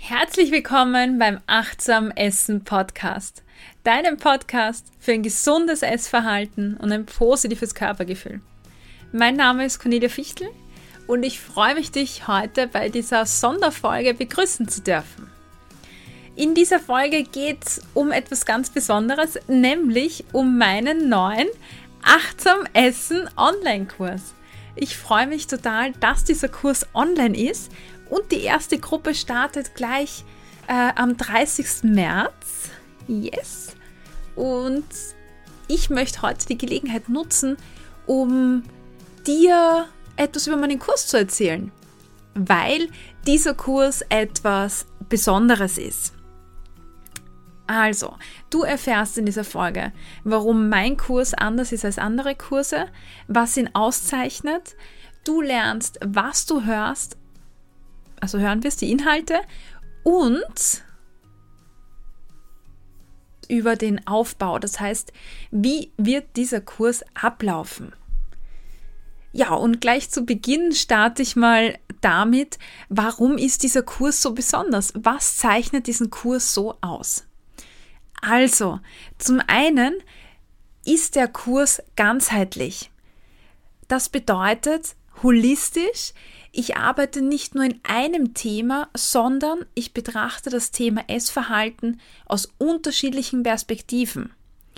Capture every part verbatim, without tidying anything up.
Herzlich willkommen beim Achtsam Essen Podcast, deinem Podcast für ein gesundes Essverhalten und ein positives Körpergefühl. Mein Name ist Cornelia Fichtel und ich freue mich, dich heute bei dieser Sonderfolge begrüßen zu dürfen. In dieser Folge geht es um etwas ganz Besonderes, nämlich um meinen neuen Achtsam Essen Online-Kurs. Ich freue mich total, dass dieser Kurs online ist. Und die erste Gruppe startet gleich äh, am dreißigsten März. Yes. Und ich möchte heute die Gelegenheit nutzen, um dir etwas über meinen Kurs zu erzählen, weil dieser Kurs etwas Besonderes ist. Also, du erfährst in dieser Folge, warum mein Kurs anders ist als andere Kurse, was ihn auszeichnet. Du lernst, was du hörst, also hören wirst, die Inhalte und über den Aufbau. Das heißt, wie wird dieser Kurs ablaufen? Ja, und gleich zu Beginn starte ich mal damit, warum ist dieser Kurs so besonders? Was zeichnet diesen Kurs so aus? Also, zum einen ist der Kurs ganzheitlich. Das bedeutet holistisch. Ich arbeite nicht nur in einem Thema, sondern ich betrachte das Thema Essverhalten aus unterschiedlichen Perspektiven.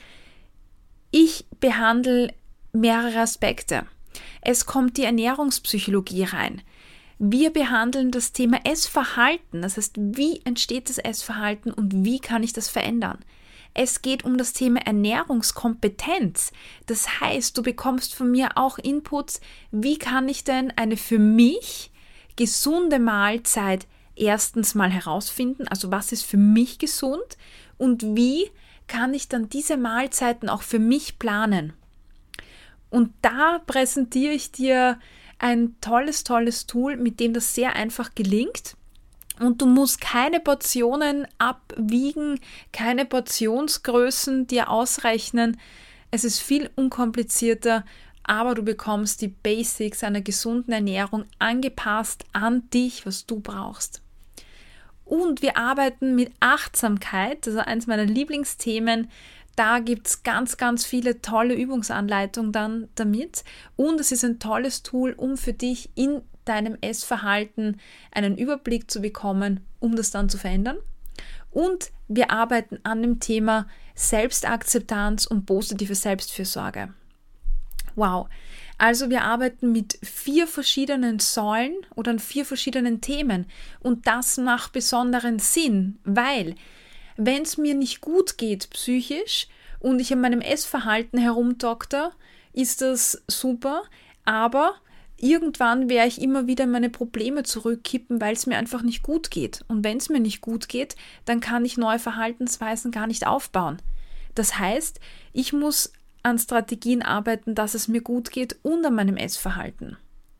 Ich behandle mehrere Aspekte. Es kommt die Ernährungspsychologie rein. Wir behandeln das Thema Essverhalten, das heißt, wie entsteht das Essverhalten und wie kann ich das verändern? Es geht um das Thema Ernährungskompetenz. Das heißt, du bekommst von mir auch Inputs, wie kann ich denn eine für mich gesunde Mahlzeit erstens mal herausfinden, also was ist für mich gesund und wie kann ich dann diese Mahlzeiten auch für mich planen. Und da präsentiere ich dir ein tolles, tolles Tool, mit dem das sehr einfach gelingt. Und du musst keine Portionen abwiegen, keine Portionsgrößen dir ausrechnen. Es ist viel unkomplizierter, aber du bekommst die Basics einer gesunden Ernährung angepasst an dich, was du brauchst. Und wir arbeiten mit Achtsamkeit, das ist eines meiner Lieblingsthemen. Da gibt es ganz, ganz viele tolle Übungsanleitungen dann damit. Und es ist ein tolles Tool, um für dich in deinem Essverhalten einen Überblick zu bekommen, um das dann zu verändern. Und wir arbeiten an dem Thema Selbstakzeptanz und positive Selbstfürsorge. Wow! Also wir arbeiten mit vier verschiedenen Säulen oder an vier verschiedenen Themen. Und das macht besonderen Sinn, weil wenn es mir nicht gut geht psychisch und ich an meinem Essverhalten herumdokter, ist das super, aber irgendwann werde ich immer wieder in meine Probleme zurückkippen, weil es mir einfach nicht gut geht. Und wenn es mir nicht gut geht, dann kann ich neue Verhaltensweisen gar nicht aufbauen. Das heißt, ich muss an Strategien arbeiten, dass es mir gut geht und an meinem Essverhalten.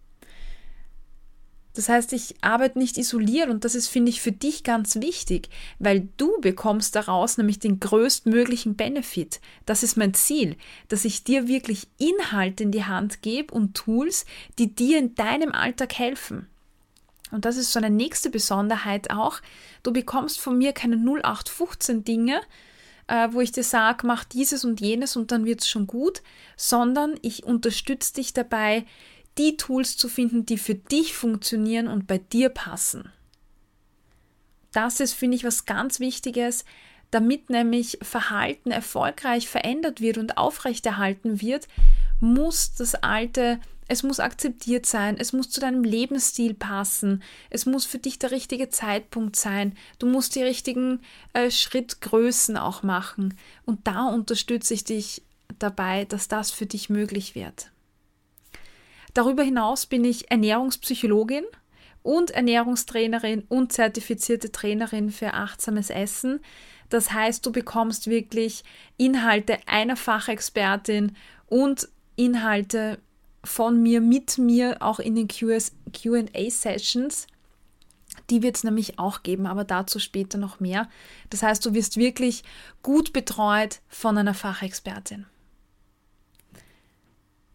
Das heißt, ich arbeite nicht isoliert und das ist, finde ich, für dich ganz wichtig, weil du bekommst daraus nämlich den größtmöglichen Benefit. Das ist mein Ziel, dass ich dir wirklich Inhalte in die Hand gebe und Tools, die dir in deinem Alltag helfen. Und das ist so eine nächste Besonderheit auch. Du bekommst von mir keine null acht fünfzehn Dinge, äh, wo ich dir sage, mach dieses und jenes und dann wird es schon gut, sondern ich unterstütze dich dabei, die Tools zu finden, die für dich funktionieren und bei dir passen. Das ist, finde ich, was ganz Wichtiges, damit nämlich Verhalten erfolgreich verändert wird und aufrechterhalten wird, muss das Alte, es muss akzeptiert sein, es muss zu deinem Lebensstil passen, es muss für dich der richtige Zeitpunkt sein, du musst die richtigen äh, Schrittgrößen auch machen und da unterstütze ich dich dabei, dass das für dich möglich wird. Darüber hinaus bin ich Ernährungspsychologin und Ernährungstrainerin und zertifizierte Trainerin für achtsames Essen. Das heißt, du bekommst wirklich Inhalte einer Fachexpertin und Inhalte von mir, mit mir, auch in den Q and A-Sessions. Die wird es nämlich auch geben, aber dazu später noch mehr. Das heißt, du wirst wirklich gut betreut von einer Fachexpertin.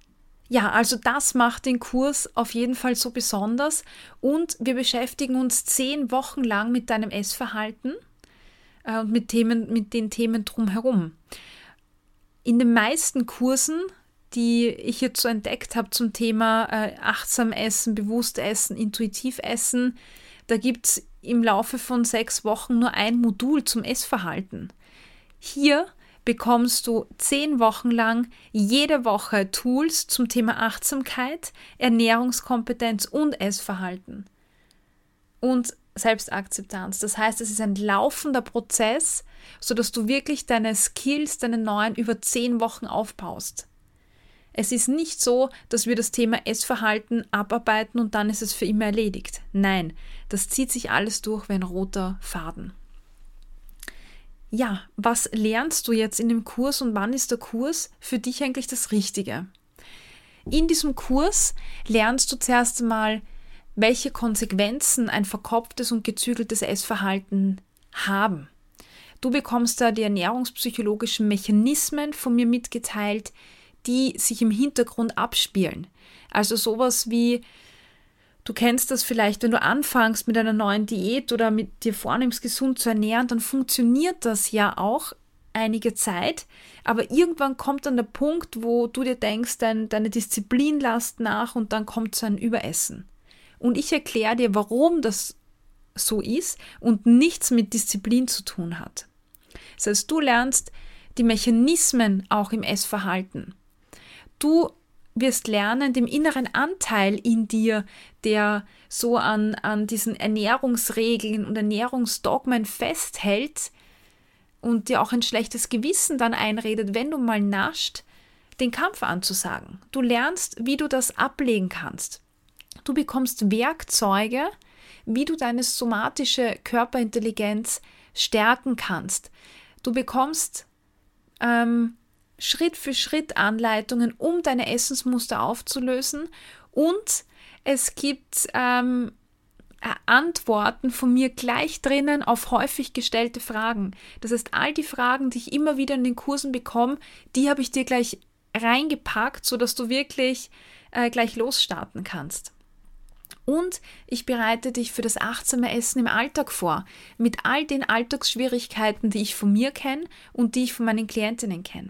Ja, also das macht den Kurs auf jeden Fall so besonders und wir beschäftigen uns zehn Wochen lang mit deinem Essverhalten äh, und mit Themen, mit den Themen drumherum. In den meisten Kursen, die ich jetzt so entdeckt habe zum Thema äh, achtsam essen, bewusst essen, intuitiv essen, da gibt es im Laufe von sechs Wochen nur ein Modul zum Essverhalten. Hier bekommst du zehn Wochen lang jede Woche Tools zum Thema Achtsamkeit, Ernährungskompetenz und Essverhalten und Selbstakzeptanz. Das heißt, es ist ein laufender Prozess, sodass du wirklich deine Skills, deine neuen über zehn Wochen aufbaust. Es ist nicht so, dass wir das Thema Essverhalten abarbeiten und dann ist es für immer erledigt. Nein, das zieht sich alles durch wie ein roter Faden. Ja, was lernst du jetzt in dem Kurs und wann ist der Kurs für dich eigentlich das Richtige? In diesem Kurs lernst du zuerst einmal, welche Konsequenzen ein verkopftes und gezügeltes Essverhalten haben. Du bekommst da die ernährungspsychologischen Mechanismen von mir mitgeteilt, die sich im Hintergrund abspielen. Also sowas wie, du kennst das vielleicht, wenn du anfängst mit einer neuen Diät oder mit dir vornimmst, gesund zu ernähren, dann funktioniert das ja auch einige Zeit, aber irgendwann kommt dann der Punkt, wo du dir denkst, dein, deine Disziplin lässt nach und dann kommt so ein Überessen. Und ich erkläre dir, warum das so ist und nichts mit Disziplin zu tun hat. Das heißt, du lernst die Mechanismen auch im Essverhalten. Du wirst lernen, dem inneren Anteil in dir, der so an, an diesen Ernährungsregeln und Ernährungsdogmen festhält und dir auch ein schlechtes Gewissen dann einredet, wenn du mal nascht, den Kampf anzusagen. Du lernst, wie du das ablegen kannst. Du bekommst Werkzeuge, wie du deine somatische Körperintelligenz stärken kannst. Du bekommst ähm, Schritt für Schritt Anleitungen, um deine Essensmuster aufzulösen und es gibt ähm, Antworten von mir gleich drinnen auf häufig gestellte Fragen. Das heißt, all die Fragen, die ich immer wieder in den Kursen bekomme, die habe ich dir gleich reingepackt, sodass du wirklich äh, gleich losstarten kannst. Und ich bereite dich für das achtsame Essen im Alltag vor, mit all den Alltagsschwierigkeiten, die ich von mir kenne und die ich von meinen Klientinnen kenne.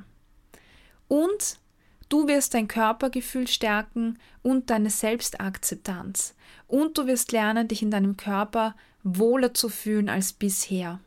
Und du wirst dein Körpergefühl stärken und deine Selbstakzeptanz. Und du wirst lernen, dich in deinem Körper wohler zu fühlen als bisher.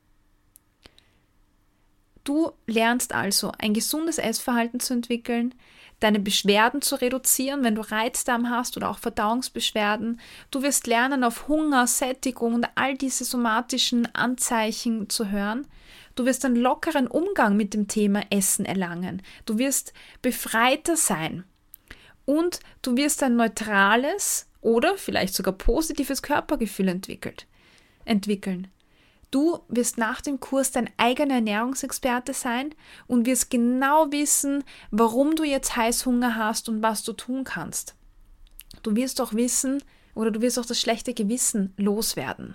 Du lernst also, ein gesundes Essverhalten zu entwickeln, deine Beschwerden zu reduzieren, wenn du Reizdarm hast oder auch Verdauungsbeschwerden. Du wirst lernen, auf Hunger, Sättigung und all diese somatischen Anzeichen zu hören. Du wirst einen lockeren Umgang mit dem Thema Essen erlangen. Du wirst befreiter sein. Und du wirst ein neutrales oder vielleicht sogar positives Körpergefühl entwickelt, entwickeln. Du wirst nach dem Kurs dein eigener Ernährungsexperte sein und wirst genau wissen, warum du jetzt Heißhunger hast und was du tun kannst. Du wirst auch wissen oder du wirst auch das schlechte Gewissen loswerden.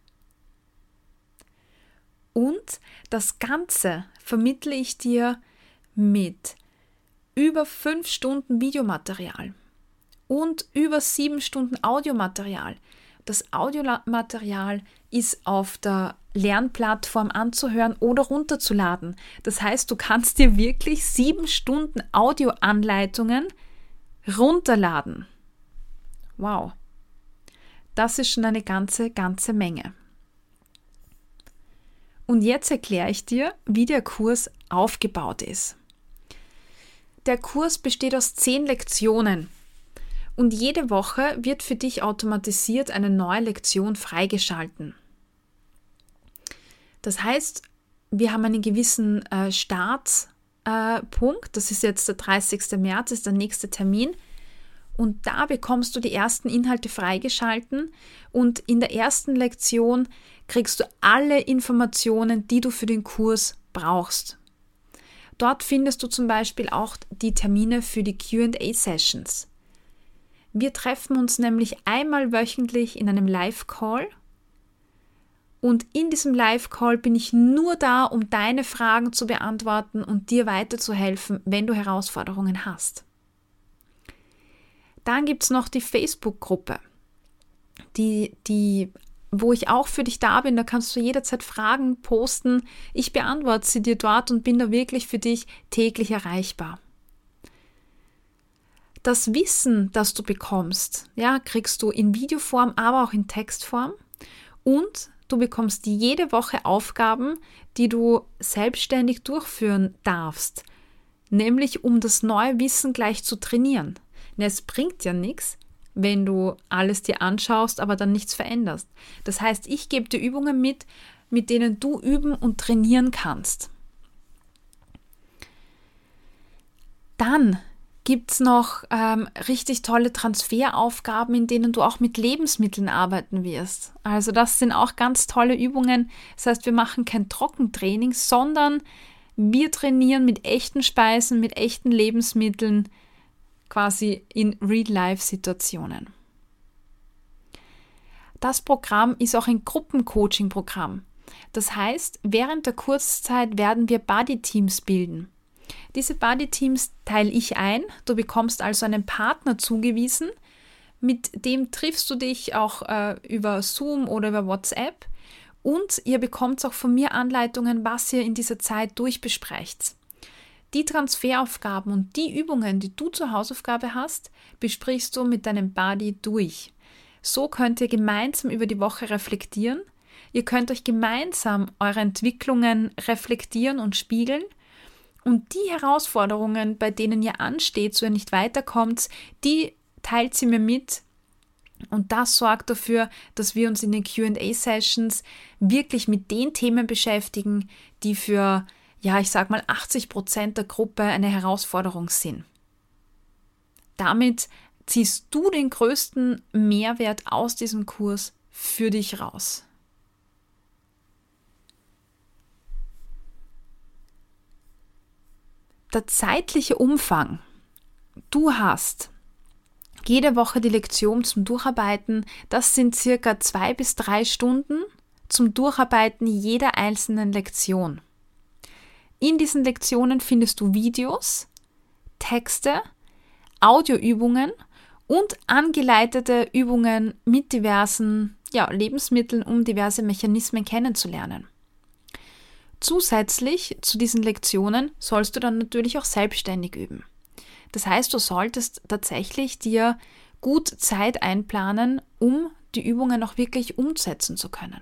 Und das Ganze vermittle ich dir mit über fünf Stunden Videomaterial und über sieben Stunden Audiomaterial. Das Audiomaterial ist auf der Lernplattform anzuhören oder runterzuladen. Das heißt, du kannst dir wirklich sieben Stunden Audioanleitungen runterladen. Wow, das ist schon eine ganze, ganze Menge. Und jetzt erkläre ich dir, wie der Kurs aufgebaut ist. Der Kurs besteht aus zehn Lektionen und jede Woche wird für dich automatisiert eine neue Lektion freigeschalten. Das heißt, wir haben einen gewissen äh, Startpunkt, äh, das ist jetzt der dreißigster März, ist der nächste Termin. Und da bekommst du die ersten Inhalte freigeschalten und in der ersten Lektion kriegst du alle Informationen, die du für den Kurs brauchst. Dort findest du zum Beispiel auch die Termine für die Q and A-Sessions. Wir treffen uns nämlich einmal wöchentlich in einem Live-Call und in diesem Live-Call bin ich nur da, um deine Fragen zu beantworten und dir weiterzuhelfen, wenn du Herausforderungen hast. Dann gibt es noch die Facebook-Gruppe, die, die, wo ich auch für dich da bin. Da kannst du jederzeit Fragen posten. Ich beantworte sie dir dort und bin da wirklich für dich täglich erreichbar. Das Wissen, das du bekommst, ja, kriegst du in Videoform, aber auch in Textform. Und du bekommst jede Woche Aufgaben, die du selbstständig durchführen darfst. Nämlich um das neue Wissen gleich zu trainieren. Es bringt ja nichts, wenn du alles dir anschaust, aber dann nichts veränderst. Das heißt, ich gebe dir Übungen mit, mit denen du üben und trainieren kannst. Dann gibt es noch ähm, richtig tolle Transferaufgaben, in denen du auch mit Lebensmitteln arbeiten wirst. Also das sind auch ganz tolle Übungen. Das heißt, wir machen kein Trockentraining, sondern wir trainieren mit echten Speisen, mit echten Lebensmitteln, quasi in Real-Life-Situationen. Das Programm ist auch ein Gruppencoaching-Programm. Das heißt, während der Kurzzeit werden wir Buddy-Teams bilden. Diese Buddy-Teams teile ich ein. Du bekommst also einen Partner zugewiesen. Mit dem triffst du dich auch äh, über Zoom oder über WhatsApp. Und ihr bekommt auch von mir Anleitungen, was ihr in dieser Zeit durchbesprecht. Die Transferaufgaben und die Übungen, die du zur Hausaufgabe hast, besprichst du mit deinem Buddy durch. So könnt ihr gemeinsam über die Woche reflektieren. Ihr könnt euch gemeinsam eure Entwicklungen reflektieren und spiegeln. Und die Herausforderungen, bei denen ihr ansteht, so ihr nicht weiterkommt, die teilt sie mir mit. Und das sorgt dafür, dass wir uns in den Q and A-Sessions wirklich mit den Themen beschäftigen, die für, ja, ich sag mal, achtzig Prozent der Gruppe eine Herausforderung sind. Damit ziehst du den größten Mehrwert aus diesem Kurs für dich raus. Der zeitliche Umfang. Du hast jede Woche die Lektion zum Durcharbeiten. Das sind circa zwei bis drei Stunden zum Durcharbeiten jeder einzelnen Lektion. In diesen Lektionen findest du Videos, Texte, Audioübungen und angeleitete Übungen mit diversen ja, Lebensmitteln, um diverse Mechanismen kennenzulernen. Zusätzlich zu diesen Lektionen sollst du dann natürlich auch selbstständig üben. Das heißt, du solltest tatsächlich dir gut Zeit einplanen, um die Übungen auch wirklich umsetzen zu können.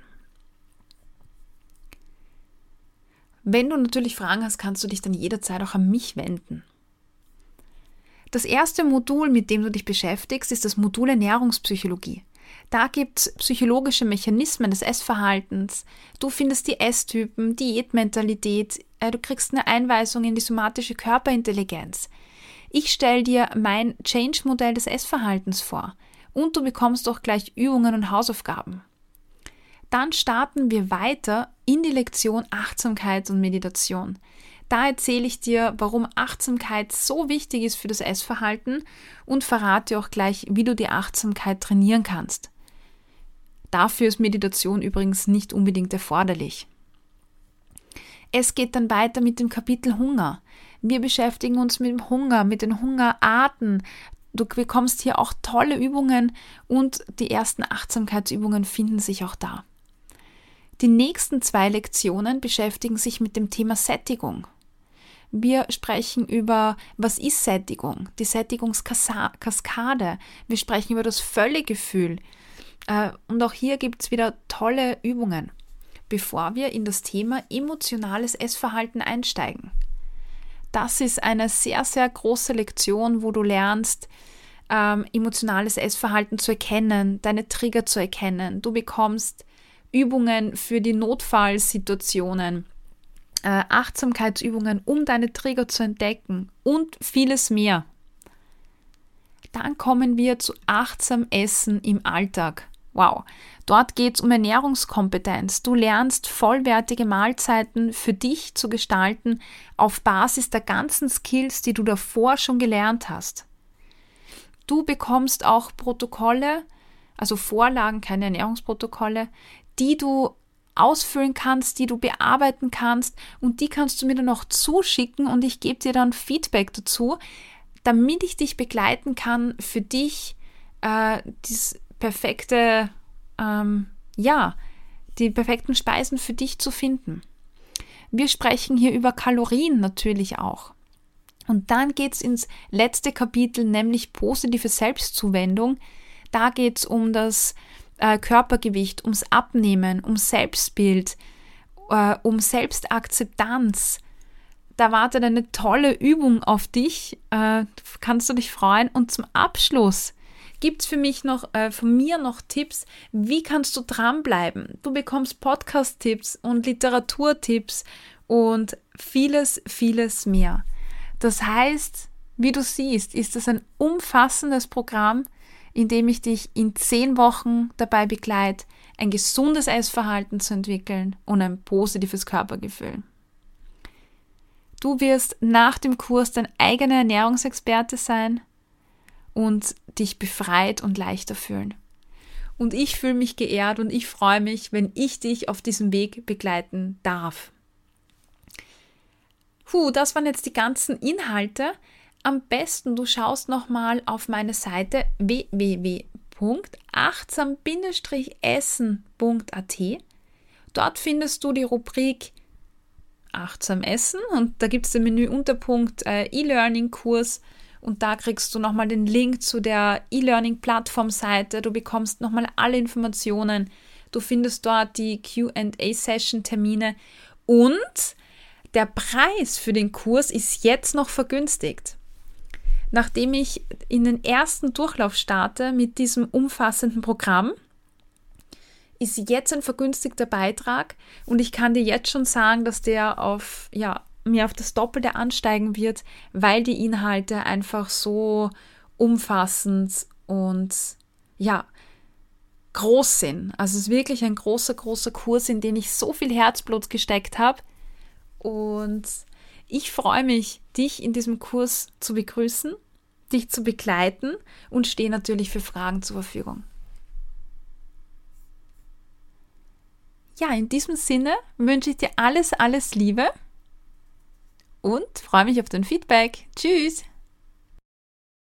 Wenn du natürlich Fragen hast, kannst du dich dann jederzeit auch an mich wenden. Das erste Modul, mit dem du dich beschäftigst, ist das Modul Ernährungspsychologie. Da gibt es psychologische Mechanismen des Essverhaltens. Du findest die Esstypen, Diätmentalität, äh, du kriegst eine Einweisung in die somatische Körperintelligenz. Ich stelle dir mein Change-Modell des Essverhaltens vor und du bekommst auch gleich Übungen und Hausaufgaben. Dann starten wir weiter in die Lektion Achtsamkeit und Meditation. Da erzähle ich dir, warum Achtsamkeit so wichtig ist für das Essverhalten und verrate auch gleich, wie du die Achtsamkeit trainieren kannst. Dafür ist Meditation übrigens nicht unbedingt erforderlich. Es geht dann weiter mit dem Kapitel Hunger. Wir beschäftigen uns mit dem Hunger, mit den Hungerarten. Du bekommst hier auch tolle Übungen und die ersten Achtsamkeitsübungen finden sich auch da. Die nächsten zwei Lektionen beschäftigen sich mit dem Thema Sättigung. Wir sprechen über, was ist Sättigung, die Sättigungskaskade. Wir sprechen über das Völlegefühl. Und auch hier gibt es wieder tolle Übungen, bevor wir in das Thema emotionales Essverhalten einsteigen. Das ist eine sehr, sehr große Lektion, wo du lernst, ähm, emotionales Essverhalten zu erkennen, deine Trigger zu erkennen. Du bekommst Übungen für die Notfallsituationen, äh, Achtsamkeitsübungen, um deine Trigger zu entdecken und vieles mehr. Dann kommen wir zu achtsam Essen im Alltag. Wow, dort geht es um Ernährungskompetenz. Du lernst vollwertige Mahlzeiten für dich zu gestalten auf Basis der ganzen Skills, die du davor schon gelernt hast. Du bekommst auch Protokolle, also Vorlagen, keine Ernährungsprotokolle, die du ausfüllen kannst, die du bearbeiten kannst und die kannst du mir dann auch zuschicken und ich gebe dir dann Feedback dazu. damit ich dich begleiten kann, für dich äh, das perfekte, ähm, ja, die perfekten Speisen für dich zu finden. Wir sprechen hier über Kalorien natürlich auch. Und dann geht es ins letzte Kapitel, nämlich positive Selbstzuwendung. Da geht es um das äh, Körpergewicht, ums Abnehmen, um Selbstbild, äh, um Selbstakzeptanz. Da wartet eine tolle Übung auf dich, äh, kannst du dich freuen. Und zum Abschluss gibt es für mich noch, äh, von mir noch Tipps, wie kannst du dranbleiben. Du bekommst Podcast-Tipps und Literaturtipps und vieles, vieles mehr. Das heißt, wie du siehst, ist es ein umfassendes Programm, in dem ich dich in zehn Wochen dabei begleite, ein gesundes Essverhalten zu entwickeln und ein positives Körpergefühl. Du wirst nach dem Kurs dein eigener Ernährungsexperte sein und dich befreit und leichter fühlen. Und ich fühle mich geehrt und ich freue mich, wenn ich dich auf diesem Weg begleiten darf. Puh, das waren jetzt die ganzen Inhalte. Am besten, du schaust nochmal auf meine Seite w w w punkt achtsam essen punkt a t. Dort findest du die Rubrik Achtsam Essen und da gibt es den Menüunterpunkt äh, E-Learning-Kurs und da kriegst du nochmal den Link zu der E-Learning-Plattform-Seite. Du bekommst nochmal alle Informationen. Du findest dort die Q and A-Session-Termine und der Preis für den Kurs ist jetzt noch vergünstigt. Nachdem ich in den ersten Durchlauf starte mit diesem umfassenden Programm, ist jetzt ein vergünstigter Beitrag und ich kann dir jetzt schon sagen, dass der auf, ja, mir auf das Doppelte ansteigen wird, weil die Inhalte einfach so umfassend und ja, groß sind. Also es ist wirklich ein großer, großer Kurs, in den ich so viel Herzblut gesteckt habe. Und ich freue mich, dich in diesem Kurs zu begrüßen, dich zu begleiten und stehe natürlich für Fragen zur Verfügung. Ja, in diesem Sinne wünsche ich dir alles, alles Liebe und freue mich auf dein Feedback. Tschüss!